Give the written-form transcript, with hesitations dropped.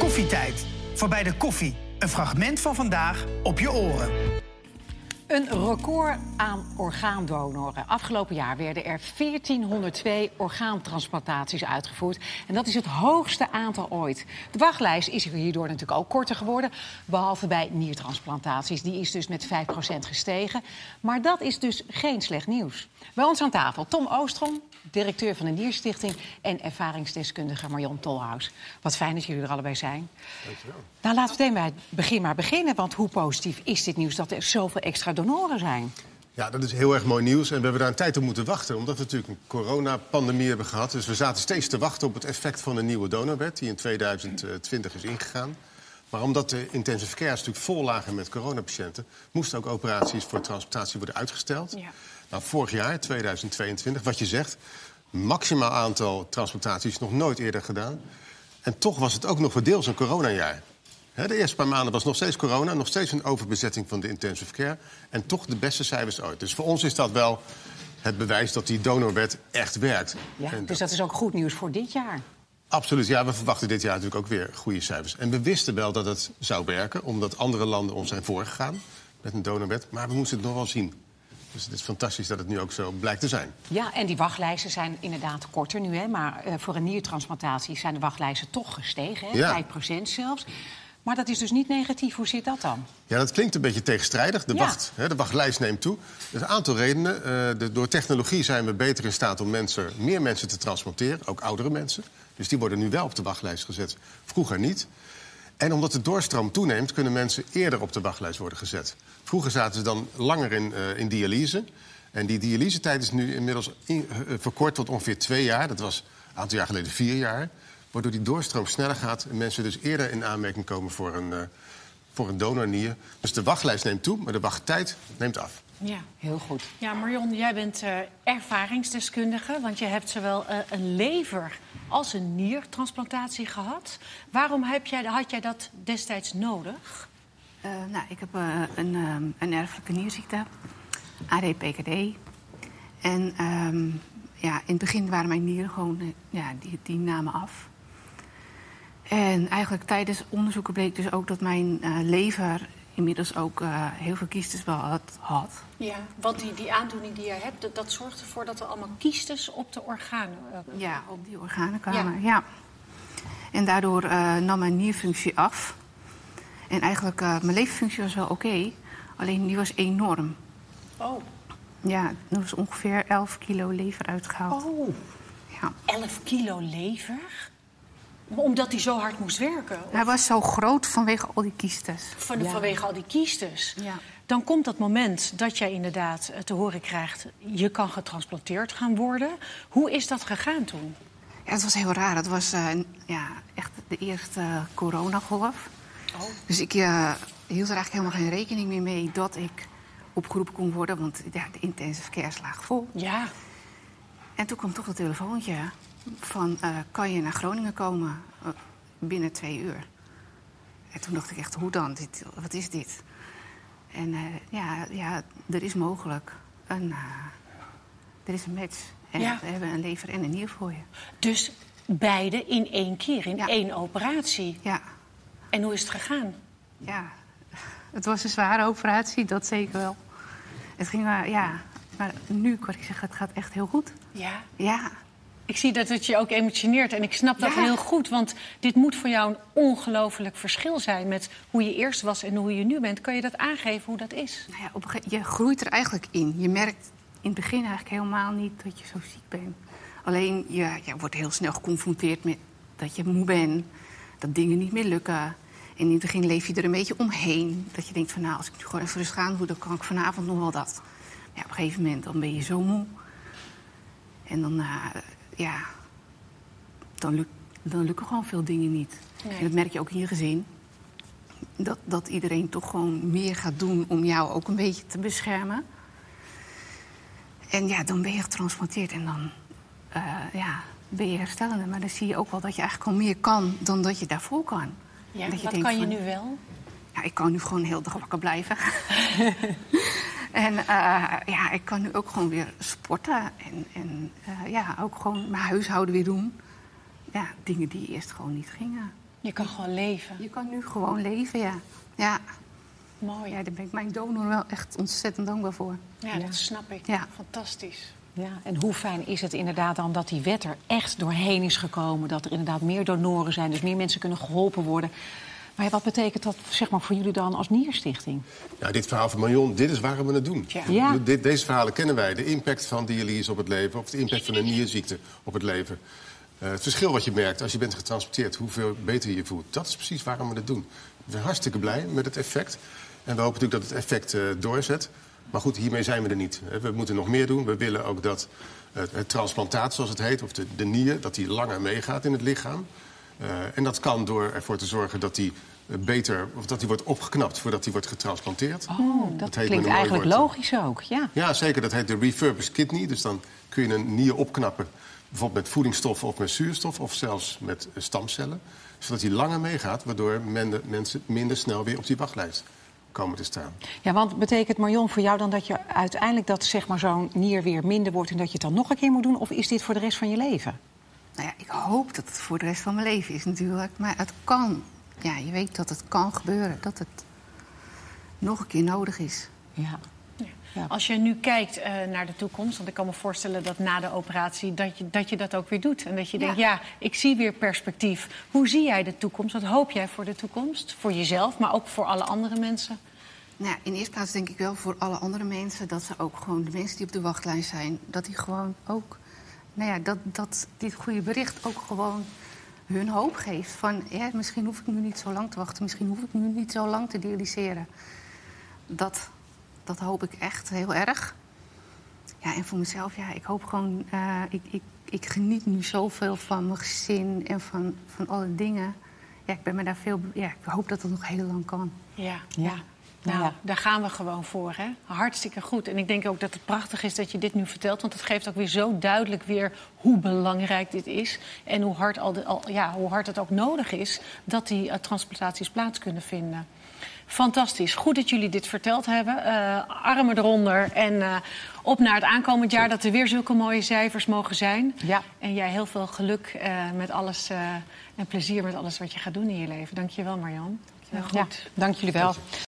Koffietijd. Voorbij de koffie. Een fragment van vandaag op je oren. Een record aan orgaandonoren. Afgelopen jaar werden er 1402 orgaantransplantaties uitgevoerd. En dat is het hoogste aantal ooit. De wachtlijst is hierdoor natuurlijk ook korter geworden. Behalve bij niertransplantaties. Die is dus met 5% gestegen. Maar dat is dus geen slecht nieuws. Bij ons aan tafel Tom Oostrom, directeur van de Nierstichting... en ervaringsdeskundige Marion Tolhuis. Wat fijn dat jullie er allebei zijn. Dankjewel. Nou, laten we meteen bij het begin maar beginnen. Want hoe positief is dit nieuws dat er zoveel extra donoren zijn? Ja, dat is heel erg mooi nieuws. En we hebben daar een tijd op moeten wachten. Omdat we natuurlijk een coronapandemie hebben gehad. Dus we zaten steeds te wachten op het effect van de nieuwe donorwet... die in 2020 is ingegaan. Maar omdat de intensive cares natuurlijk vol lagen met coronapatiënten... moesten ook operaties voor transplantatie worden uitgesteld. Ja. Nou, vorig jaar, 2022, wat je zegt... maximaal aantal transplantaties nog nooit eerder gedaan. En toch was het ook nog voor deels een coronajaar. De eerste paar maanden was nog steeds corona, nog steeds een overbezetting van de intensive care. En toch de beste cijfers ooit. Dus voor ons is dat wel het bewijs dat die donorwet echt werkt. Ja, dus dat is ook goed nieuws voor dit jaar. Absoluut, ja, we verwachten dit jaar natuurlijk ook weer goede cijfers. En we wisten wel dat het zou werken, omdat andere landen ons zijn voorgegaan met een donorwet. Maar we moesten het nog wel zien. Dus het is fantastisch dat het nu ook zo blijkt te zijn. Ja, en die wachtlijsten zijn inderdaad korter nu, hè. Maar voor een niertransplantatie zijn de wachtlijsten toch gestegen, hè? Ja. 5% zelfs. Maar dat is dus niet negatief. Hoe zit dat dan? Ja, dat klinkt een beetje tegenstrijdig. De wachtlijst neemt toe. Er is een aantal redenen. Door technologie zijn we beter in staat om meer mensen te transporteren. Ook oudere mensen. Dus die worden nu wel op de wachtlijst gezet. Vroeger niet. En omdat de doorstroom toeneemt, kunnen mensen eerder op de wachtlijst worden gezet. Vroeger zaten ze dan langer in dialyse. En die dialysetijd is nu inmiddels verkort tot ongeveer 2 jaar. Dat was een aantal jaar geleden 4 jaar. Waardoor die doorstroom sneller gaat en mensen dus eerder in aanmerking komen voor een donornier. Dus de wachtlijst neemt toe, maar de wachttijd neemt af. Ja, heel goed. Ja, Marion, jij bent ervaringsdeskundige, want je hebt zowel een lever- als een niertransplantatie gehad. Waarom had jij dat destijds nodig? Ik heb een erfelijke nierziekte, ADPKD. En in het begin waren mijn nieren gewoon, die namen af. En eigenlijk tijdens onderzoeken bleek dus ook dat mijn lever inmiddels ook heel veel kiestes wel had. Ja, want die aandoening die jij hebt, dat zorgt ervoor dat er allemaal kiestes op de organen ja, op die organen kwamen, ja. En daardoor nam mijn nierfunctie af. En eigenlijk, mijn leverfunctie was wel oké, alleen die was enorm. Oh. Ja, er was ongeveer 11 kilo lever uitgehaald. Oh, ja. 11 kilo lever? Omdat hij zo hard moest werken? Of? Hij was zo groot vanwege al die kiestes. Vanwege al die kiestes? Ja. Dan komt dat moment dat jij inderdaad te horen krijgt... je kan getransplanteerd gaan worden. Hoe is dat gegaan toen? Ja, het was heel raar. Het was echt de eerste coronagolf. Oh. Dus ik hield er eigenlijk helemaal geen rekening meer mee dat ik opgeroepen kon worden. Want de intensive care lag vol. Ja. En toen kwam toch het telefoontje van... kan je naar Groningen komen binnen 2 uur? En toen dacht ik echt, hoe dan? Wat is dit? En er is mogelijk. Er is een match. En we hebben een lever en een nier voor je. Dus beide in 1 keer, in 1 operatie? Ja. En hoe is het gegaan? Ja, het was een zware operatie, dat zeker wel. Het ging maar nu kan ik zeggen, het gaat echt heel goed. Ja? Ja. Ik zie dat het je ook emotioneert en ik snap dat heel goed. Want dit moet voor jou een ongelooflijk verschil zijn met hoe je eerst was en hoe je nu bent. Kan je dat aangeven hoe dat is? Nou ja, je groeit er eigenlijk in. Je merkt in het begin eigenlijk helemaal niet dat je zo ziek bent. Alleen je wordt heel snel geconfronteerd met dat je moe bent, dat dingen niet meer lukken. En in het begin leef je er een beetje omheen. Dat je denkt van als ik nu gewoon even rustig aan doe, dan kan ik vanavond nog wel dat. Ja, op een gegeven moment dan ben je zo moe. En dan lukken gewoon veel dingen niet. Nee. En dat merk je ook in je gezin. Dat iedereen toch gewoon meer gaat doen om jou ook een beetje te beschermen. En dan ben je getransplanteerd en dan ben je herstellende. Maar dan zie je ook wel dat je eigenlijk al meer kan dan dat je daarvoor kan. Ja, wat kan je nu wel? Ja, ik kan nu gewoon heel dag wakker blijven. En ik kan nu ook gewoon weer sporten. En ook gewoon mijn huishouden weer doen. Ja, dingen die eerst gewoon niet gingen. Je kan gewoon leven. Je kan nu gewoon leven, ja. Ja. Mooi. Ja, daar ben ik mijn donor wel echt ontzettend dankbaar voor. Ja, dat snap ik. Ja. Fantastisch. Ja, en hoe fijn is het inderdaad dan dat die wet er echt doorheen is gekomen... dat er inderdaad meer donoren zijn, dus meer mensen kunnen geholpen worden. Maar ja, wat betekent dat zeg maar, voor jullie dan als Nierstichting? Ja, dit verhaal van Marion, dit is waarom we het doen. Ja. Deze verhalen kennen wij. De impact van dialyse op het leven, of de impact van een nierziekte op het leven. Het verschil wat je merkt als je bent getransporteerd, hoeveel beter je je voelt. Dat is precies waarom we het doen. We zijn hartstikke blij met het effect. En we hopen natuurlijk dat het effect doorzet. Maar goed, hiermee zijn we er niet. We moeten nog meer doen. We willen ook dat het transplantaat, zoals het heet, of de nier... dat die langer meegaat in het lichaam. En dat kan door ervoor te zorgen dat die beter... of dat die wordt opgeknapt voordat die wordt getransplanteerd. Oh, dat heet klinkt met een mooi eigenlijk woord, logisch ook, ja. Ja, zeker. Dat heet de refurbished kidney. Dus dan kun je een nier opknappen. Bijvoorbeeld met voedingsstoffen of met zuurstof... of zelfs met stamcellen. Zodat die langer meegaat, waardoor mensen minder snel weer op die wachtlijst komen te staan. Ja, want betekent Marion voor jou dan dat je uiteindelijk dat zeg maar, zo'n nier weer minder wordt... en dat je het dan nog een keer moet doen? Of is dit voor de rest van je leven? Nou ja, ik hoop dat het voor de rest van mijn leven is natuurlijk. Maar het kan. Ja, je weet dat het kan gebeuren. Dat het nog een keer nodig is. Ja. Ja. Als je nu kijkt naar de toekomst... want ik kan me voorstellen dat na de operatie dat je dat ook weer doet. En dat je denkt, ja, ik zie weer perspectief. Hoe zie jij de toekomst? Wat hoop jij voor de toekomst? Voor jezelf, maar ook voor alle andere mensen? Nou, in eerste plaats denk ik wel voor alle andere mensen... dat ze ook gewoon, de mensen die op de wachtlijst zijn... dat die gewoon ook, nou ja, dat dit goede bericht ook gewoon hun hoop geeft. Van, ja, misschien hoef ik nu niet zo lang te wachten. Misschien hoef ik nu niet zo lang te dialyseren. Dat hoop ik echt heel erg. Ja, en voor mezelf, ja, ik hoop gewoon... Ik geniet nu zoveel van mijn gezin en van alle dingen. Ja, ik ben me daar veel... Ja, ik hoop dat het nog heel lang kan. Ja. Nou, ja. Daar gaan we gewoon voor, hè? Hartstikke goed. En ik denk ook dat het prachtig is dat je dit nu vertelt... want het geeft ook weer zo duidelijk weer hoe belangrijk dit is... en hoe hard het ook nodig is dat die transplantaties plaats kunnen vinden. Fantastisch. Goed dat jullie dit verteld hebben. Armen eronder en op naar het aankomend jaar... dat er weer zulke mooie cijfers mogen zijn. Ja. En jij heel veel geluk met alles en plezier met alles wat je gaat doen in je leven. Dank je wel, Marion. Heel goed. Ja, dank jullie wel.